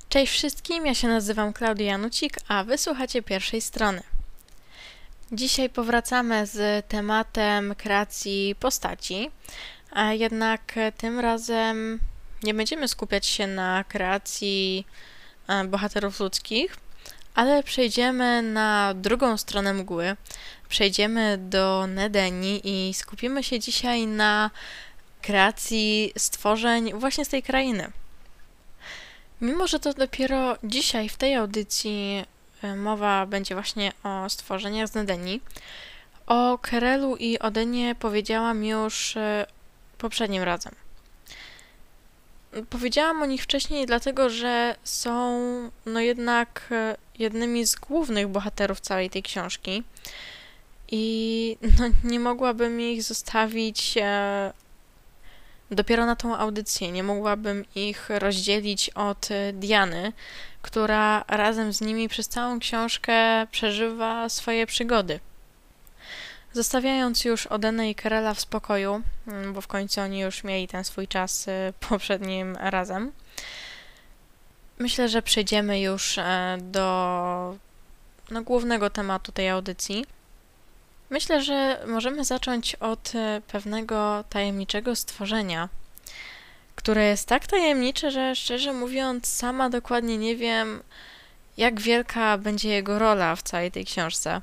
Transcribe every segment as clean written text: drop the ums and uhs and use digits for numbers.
Cześć wszystkim, ja się nazywam Klaudia Janucik, a wysłuchacie pierwszej strony. Dzisiaj powracamy z tematem kreacji postaci, a jednak tym razem nie będziemy skupiać się na kreacji bohaterów ludzkich, ale przejdziemy na drugą stronę mgły, przejdziemy do Nedenii i skupimy się dzisiaj na kreacji stworzeń właśnie z tej krainy. Mimo że to dopiero dzisiaj w tej audycji mowa będzie właśnie o stworzeniach z Nedenii, o Kerelu i Odenie powiedziałam już poprzednim razem. Powiedziałam o nich wcześniej dlatego, że są jednak jednymi z głównych bohaterów całej tej książki i nie mogłabym ich zostawić dopiero na tą audycję, nie mogłabym ich rozdzielić od Diany, która razem z nimi przez całą książkę przeżywa swoje przygody. Zostawiając już Odenę i Kerela w spokoju, bo w końcu oni już mieli ten swój czas poprzednim razem, myślę, że przejdziemy już do głównego tematu tej audycji. Myślę, że możemy zacząć od pewnego tajemniczego stworzenia, które jest tak tajemnicze, że szczerze mówiąc sama dokładnie nie wiem, jak wielka będzie jego rola w całej tej książce.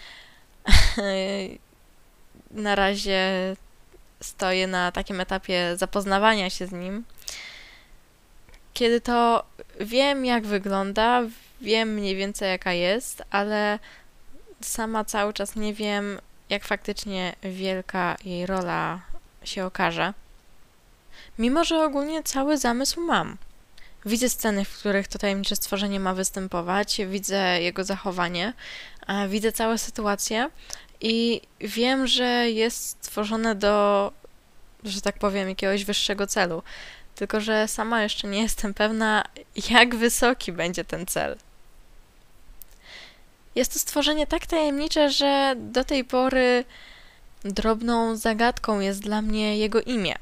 Na razie stoję na takim etapie zapoznawania się z nim, kiedy to wiem, jak wygląda, wiem mniej więcej, jaka jest, ale sama cały czas nie wiem, jak faktycznie wielka jej rola się okaże. Mimo że ogólnie cały zamysł mam. Widzę sceny, w których to tajemnicze stworzenie ma występować, widzę jego zachowanie, widzę całe sytuacje i wiem, że jest stworzone do, że tak powiem, jakiegoś wyższego celu. Tylko że sama jeszcze nie jestem pewna, jak wysoki będzie ten cel. Jest to stworzenie tak tajemnicze, że do tej pory drobną zagadką jest dla mnie jego imię.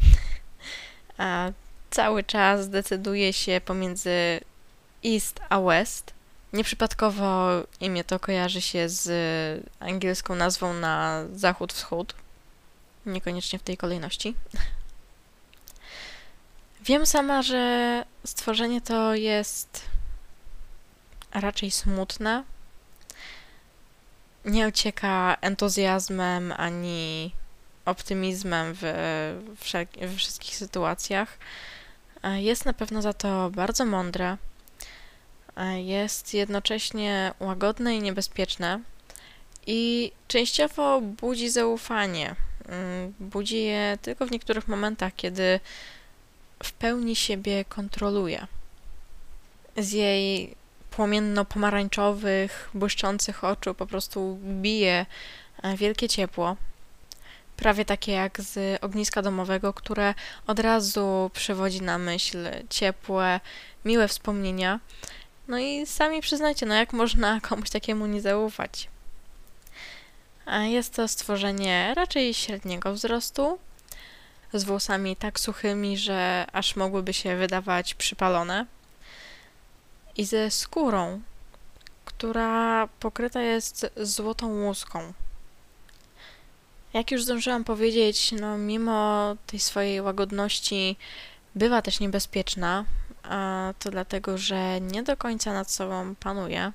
A cały czas decyduje się pomiędzy East a West. Nieprzypadkowo imię to kojarzy się z angielską nazwą na zachód-wschód. Niekoniecznie w tej kolejności. Wiem sama, że stworzenie to jest raczej smutne. Nie ocieka entuzjazmem ani optymizmem we wszystkich sytuacjach. Jest na pewno za to bardzo mądre. Jest jednocześnie łagodne i niebezpieczne i częściowo budzi zaufanie. Budzi je tylko w niektórych momentach, kiedy w pełni siebie kontroluje. Z jej płomienno-pomarańczowych, błyszczących oczu po prostu bije wielkie ciepło. Prawie takie jak z ogniska domowego, które od razu przywodzi na myśl ciepłe, miłe wspomnienia. No i sami przyznajcie, jak można komuś takiemu nie zaufać? Jest to stworzenie raczej średniego wzrostu, z włosami tak suchymi, że aż mogłyby się wydawać przypalone i ze skórą, która pokryta jest złotą łuską. Jak już zdążyłam powiedzieć, mimo tej swojej łagodności bywa też niebezpieczna, a to dlatego, że nie do końca nad sobą panuje.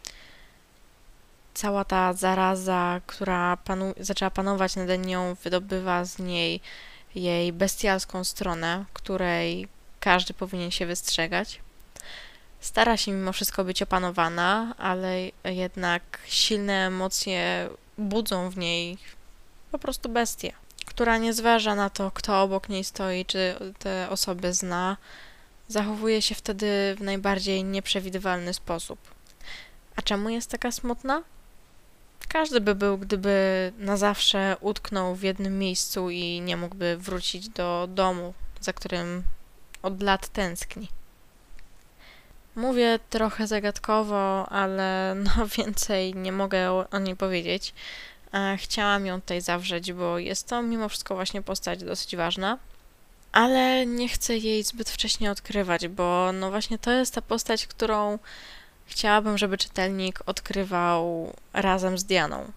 Cała ta zaraza, która zaczęła panować nad nią, wydobywa z niej jej bestialską stronę, której każdy powinien się wystrzegać. Stara się mimo wszystko być opanowana, ale jednak silne emocje budzą w niej po prostu bestię, która nie zważa na to, kto obok niej stoi, czy te osoby zna. Zachowuje się wtedy w najbardziej nieprzewidywalny sposób. A czemu jest taka smutna? Każdy by był, gdyby na zawsze utknął w jednym miejscu i nie mógłby wrócić do domu, za którym od lat tęskni. Mówię trochę zagadkowo, ale więcej nie mogę o niej powiedzieć. Chciałam ją tutaj zawrzeć, bo jest to mimo wszystko właśnie postać dosyć ważna. ale nie chcę jej zbyt wcześnie odkrywać, bo no właśnie to jest ta postać, którą chciałabym, żeby czytelnik odkrywał razem z Dianą.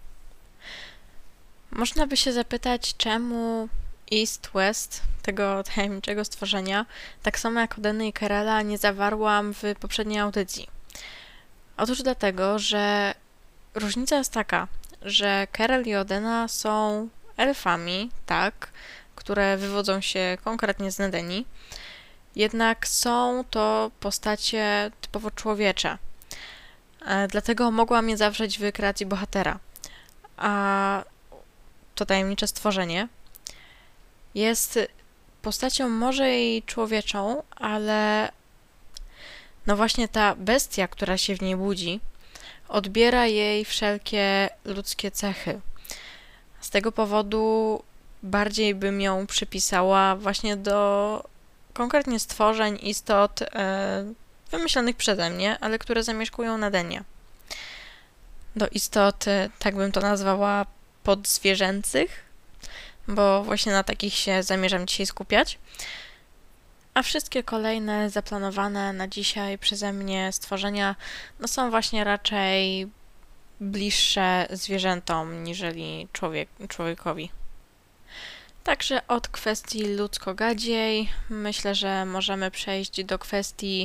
Można by się zapytać, czemu East-West, tego tajemniczego stworzenia, tak samo jak Odeny i Kerala, nie zawarłam w poprzedniej audycji. Otóż dlatego, że różnica jest taka, że Kerel i Odena są elfami, tak, które wywodzą się konkretnie z Nedenii, jednak są to postacie typowo człowiecze. Dlatego mogłam je zawrzeć w kreacji bohatera. A to tajemnicze stworzenie jest postacią może i człowieczą, ale no właśnie ta bestia, która się w niej budzi, odbiera jej wszelkie ludzkie cechy. Z tego powodu bardziej bym ją przypisała właśnie do konkretnie stworzeń, istot wymyślonych przeze mnie, ale które zamieszkują na Denie. Do istot, tak bym to nazwała, podzwierzęcych, bo właśnie na takich się zamierzam dzisiaj skupiać. A wszystkie kolejne zaplanowane na dzisiaj przeze mnie stworzenia no są właśnie raczej bliższe zwierzętom niżeli człowiekowi. Także od kwestii ludzko-gadziej myślę, że możemy przejść do kwestii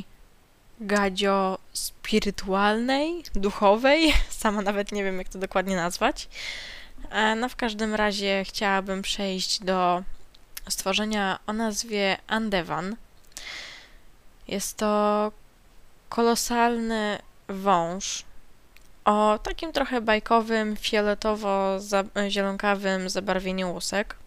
gadzio-spirytualnej, duchowej. Sama nawet nie wiem, jak to dokładnie nazwać. No w każdym razie chciałabym przejść do stworzenia o nazwie Andevan. Jest to kolosalny wąż o takim trochę bajkowym, fioletowo-zielonkawym zabarwieniu łusek.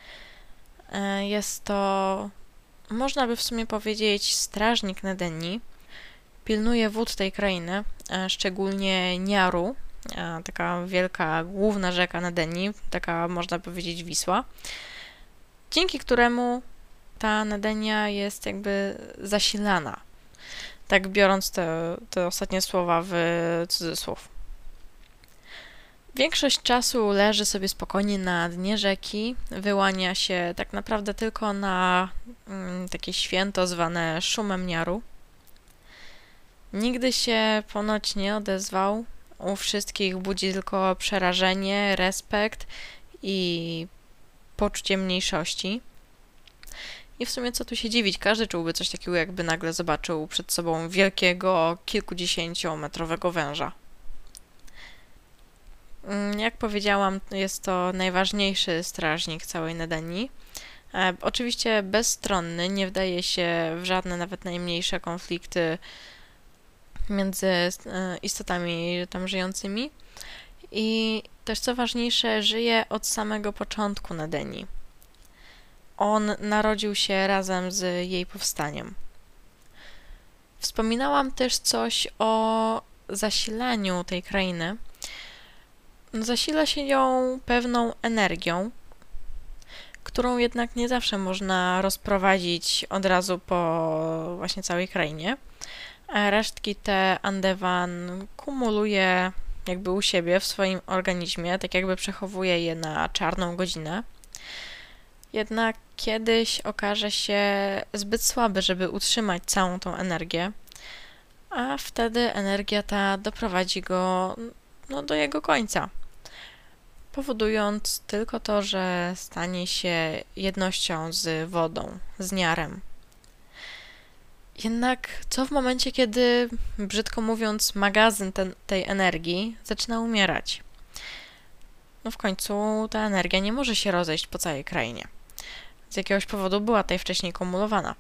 Jest to, można by w sumie powiedzieć, strażnik Nedenii. Pilnuje wód tej krainy, szczególnie Niaru, taka wielka, główna rzeka Nedenii, taka można powiedzieć Wisła, dzięki któremu ta Nedenia jest jakby zasilana. Tak biorąc te ostatnie słowa w cudzysłów. Większość czasu leży sobie spokojnie na dnie rzeki, wyłania się tak naprawdę tylko na takie święto zwane szumem Niaru. Nigdy się ponoć nie odezwał, u wszystkich budzi tylko przerażenie, respekt i poczucie mniejszości. I w sumie co tu się dziwić, każdy czułby coś takiego, jakby nagle zobaczył przed sobą wielkiego, kilkudziesięciometrowego węża. Jak powiedziałam, jest to najważniejszy strażnik całej Nedenii. Oczywiście bezstronny, nie wdaje się w żadne, nawet najmniejsze konflikty między istotami tam żyjącymi. I też co ważniejsze, żyje od samego początku Nedenii. On narodził się razem z jej powstaniem. Wspominałam też coś o zasilaniu tej krainy. Zasila się ją pewną energią, którą jednak nie zawsze można rozprowadzić od razu po właśnie całej krainie. Resztki te Andevan kumuluje jakby u siebie w swoim organizmie, tak jakby przechowuje je na czarną godzinę. Jednak kiedyś okaże się zbyt słaby, żeby utrzymać całą tą energię, a wtedy energia ta doprowadzi go do jego końca, powodując tylko to, że stanie się jednością z wodą, z Niarem. Jednak co w momencie, kiedy, brzydko mówiąc, magazyn tej energii zaczyna umierać? No w końcu ta energia nie może się rozejść po całej krainie. Z jakiegoś powodu była tutaj wcześniej kumulowana.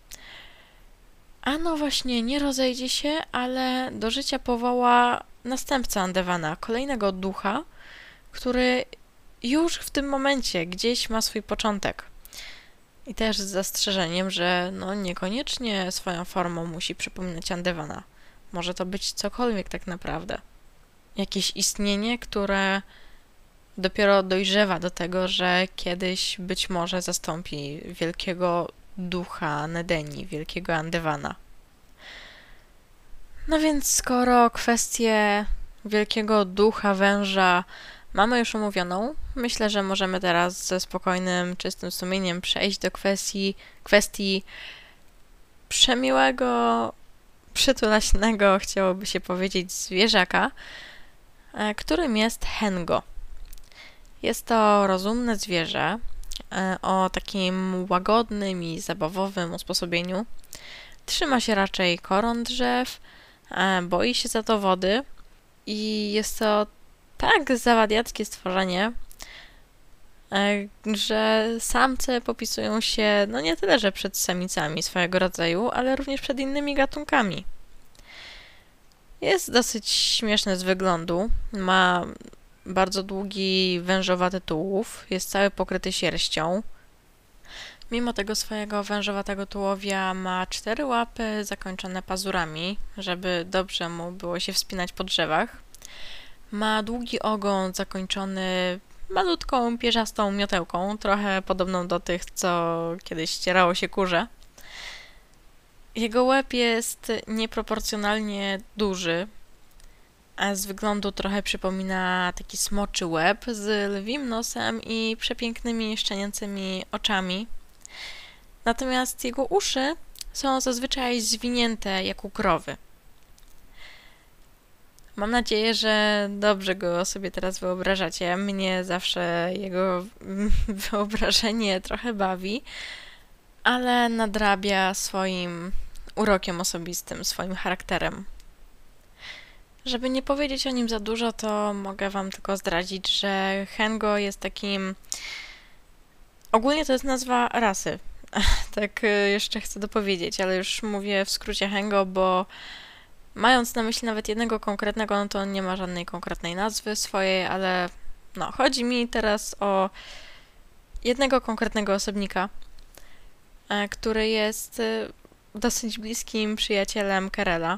A no właśnie, nie rozejdzie się, ale do życia powoła następca Andevana, kolejnego ducha, który już w tym momencie gdzieś ma swój początek. I też z zastrzeżeniem, że niekoniecznie swoją formą musi przypominać Andevana. Może to być cokolwiek tak naprawdę. Jakieś istnienie, które dopiero dojrzewa do tego, że kiedyś być może zastąpi wielkiego ducha Nedenii, wielkiego Andevana. No więc skoro kwestie wielkiego ducha węża mamy już omówioną. Myślę, że możemy teraz ze spokojnym, czystym sumieniem przejść do kwestii przemiłego, przytulaśnego, chciałoby się powiedzieć, zwierzaka, którym jest Hengo. Jest to rozumne zwierzę o takim łagodnym i zabawowym usposobieniu. Trzyma się raczej koron drzew, boi się za to wody i jest to tak zawadiackie stworzenie, że samce popisują się no nie tyle, że przed samicami swojego rodzaju, ale również przed innymi gatunkami. Jest dosyć śmieszny z wyglądu, ma bardzo długi, wężowaty tułów, jest cały pokryty sierścią. Mimo tego swojego wężowatego tułowia ma 4 łapy zakończone pazurami, żeby dobrze mu było się wspinać po drzewach. Ma długi ogon zakończony malutką, pierzastą miotełką, trochę podobną do tych, co kiedyś ścierało się kurze. Jego łeb jest nieproporcjonalnie duży, a z wyglądu trochę przypomina taki smoczy łeb z lwim nosem i przepięknymi, szczenięcymi oczami. Natomiast jego uszy są zazwyczaj zwinięte jak u krowy. Mam nadzieję, że dobrze go sobie teraz wyobrażacie. Mnie zawsze jego wyobrażenie trochę bawi, ale nadrabia swoim urokiem osobistym, swoim charakterem. Żeby nie powiedzieć o nim za dużo, to mogę wam tylko zdradzić, że Hengo jest takim... Ogólnie to jest nazwa rasy. Tak jeszcze chcę dopowiedzieć, ale już mówię w skrócie Hengo, bo mając na myśli nawet jednego konkretnego, no to on nie ma żadnej konkretnej nazwy swojej, ale no, chodzi mi teraz o jednego konkretnego osobnika, który jest dosyć bliskim przyjacielem Kerela.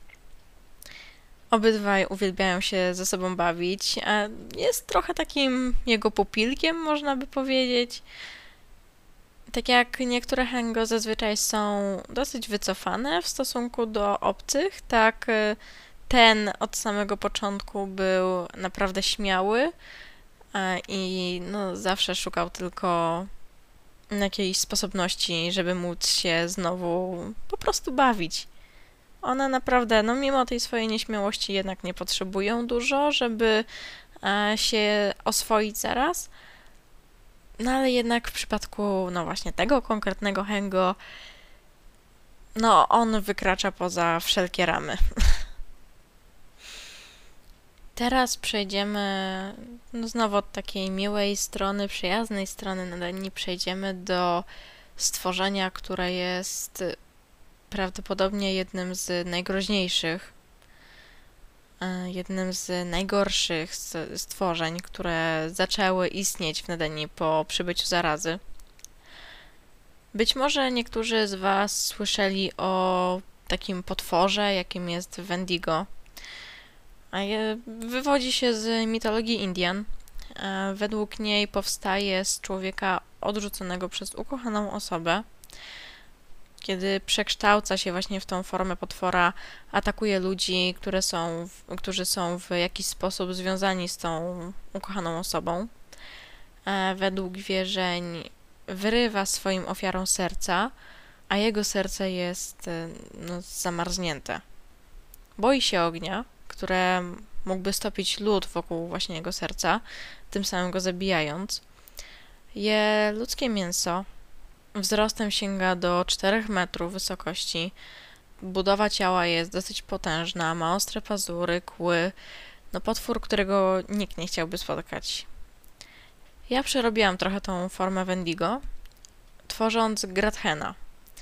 Obydwaj uwielbiają się ze sobą bawić. Jest trochę takim jego pupilkiem, można by powiedzieć. Tak jak niektóre Hengo zazwyczaj są dosyć wycofane w stosunku do obcych, tak ten od samego początku był naprawdę śmiały i no, zawsze szukał tylko jakiejś sposobności, żeby móc się znowu po prostu bawić. One naprawdę, no mimo tej swojej nieśmiałości jednak nie potrzebują dużo, żeby się oswoić zaraz. No ale jednak w przypadku, no właśnie tego konkretnego Hengo, no on wykracza poza wszelkie ramy. Teraz przejdziemy, no znowu od takiej miłej strony, przyjaznej strony nadań przejdziemy do stworzenia, które jest prawdopodobnie jednym z najgroźniejszych, jednym z najgorszych stworzeń, które zaczęły istnieć w Nedenii po przybyciu zarazy. Być może niektórzy z was słyszeli o takim potworze, jakim jest Wendigo. Wywodzi się z mitologii Indian. Według niej powstaje z człowieka odrzuconego przez ukochaną osobę. Kiedy przekształca się właśnie w tą formę potwora, atakuje ludzi, którzy są w jakiś sposób związani z tą ukochaną osobą. Według wierzeń wyrywa swoim ofiarom serca, a jego serce jest no, zamarznięte. Boi się ognia, które mógłby stopić lód wokół właśnie jego serca, tym samym go zabijając. Je ludzkie mięso, wzrostem sięga do 4 metrów wysokości. Budowa ciała jest dosyć potężna, ma ostre pazury, kły. No potwór, którego nikt nie chciałby spotkać. Ja przerobiłam trochę tą formę Wendigo, tworząc Gradhena.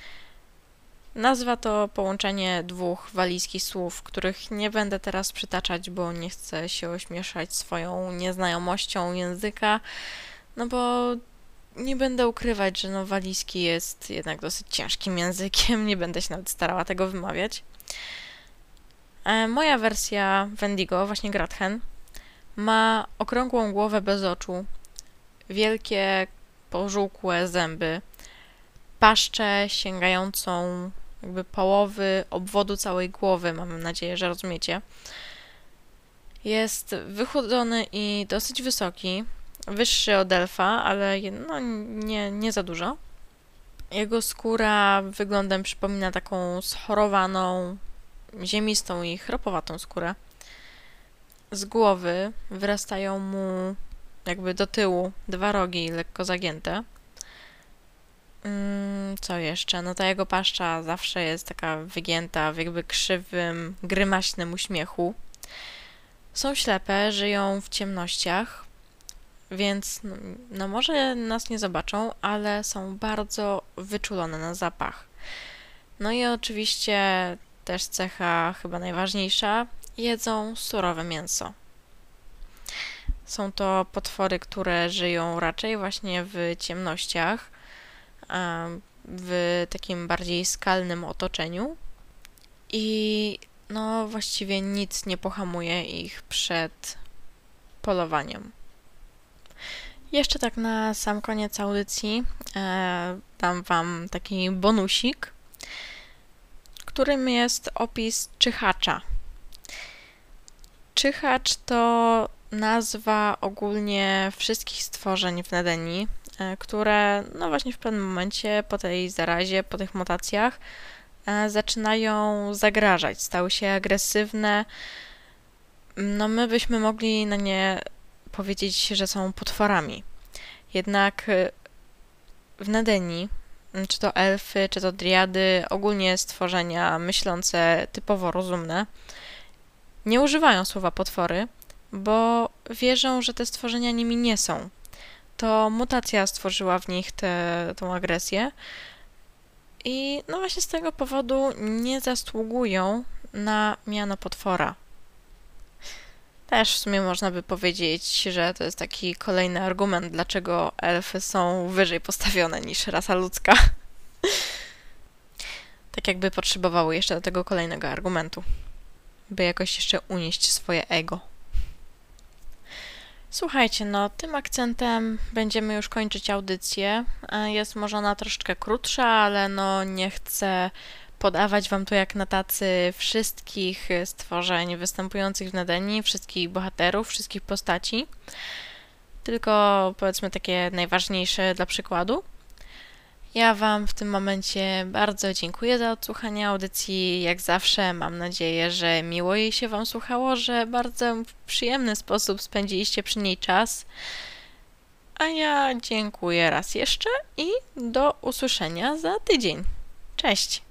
Nazwa to połączenie 2 walijskich słów, których nie będę teraz przytaczać, bo nie chcę się ośmieszać swoją nieznajomością języka, no bo nie będę ukrywać, że no walijski jest jednak dosyć ciężkim językiem, nie będę się nawet starała tego wymawiać. Moja wersja Wendigo, właśnie Gradhen, ma okrągłą głowę bez oczu, wielkie, pożółkłe zęby, paszczę sięgającą jakby połowy obwodu całej głowy, mam nadzieję, że rozumiecie. Jest wychudzony i dosyć wysoki, wyższy od elfa, ale no, nie za dużo. Jego skóra wyglądem przypomina taką schorowaną, ziemistą i chropowatą skórę. Z głowy wyrastają mu jakby do tyłu dwa rogi lekko zagięte. Co jeszcze? No ta jego paszcza zawsze jest taka wygięta w jakby krzywym, grymaśnym uśmiechu. Są ślepe, żyją w ciemnościach, więc no może nas nie zobaczą, ale są bardzo wyczulone na zapach. No i oczywiście też cecha chyba najważniejsza, jedzą surowe mięso. Są to potwory, które żyją raczej właśnie w ciemnościach, w takim bardziej skalnym otoczeniu i no właściwie nic nie pohamuje ich przed polowaniem. Jeszcze tak na sam koniec audycji dam Wam taki bonusik, którym jest opis czyhacza. Czyhacz to nazwa ogólnie wszystkich stworzeń w Nedenii, które no właśnie w pewnym momencie po tej zarazie, po tych mutacjach zaczynają zagrażać, stały się agresywne. No my byśmy mogli na nie powiedzieć, że są potworami. Jednak w Nedenii, czy to elfy, czy to driady, ogólnie stworzenia myślące typowo rozumne, nie używają słowa potwory, bo wierzą, że te stworzenia nimi nie są. To mutacja stworzyła w nich tą agresję i no właśnie z tego powodu nie zasługują na miano potwora. Też w sumie można by powiedzieć, że to jest taki kolejny argument, dlaczego elfy są wyżej postawione niż rasa ludzka. Tak jakby potrzebowały jeszcze do tego kolejnego argumentu, by jakoś jeszcze unieść swoje ego. Słuchajcie, no tym akcentem będziemy już kończyć audycję. Jest może ona troszeczkę krótsza, ale no nie chcę podawać Wam tu jak na tacy wszystkich stworzeń występujących w Nedenii, wszystkich bohaterów, wszystkich postaci, tylko powiedzmy takie najważniejsze dla przykładu. Ja Wam w tym momencie bardzo dziękuję za odsłuchanie audycji. Jak zawsze mam nadzieję, że miło jej się Wam słuchało, że bardzo w przyjemny sposób spędziliście przy niej czas. A ja dziękuję raz jeszcze i do usłyszenia za tydzień. Cześć!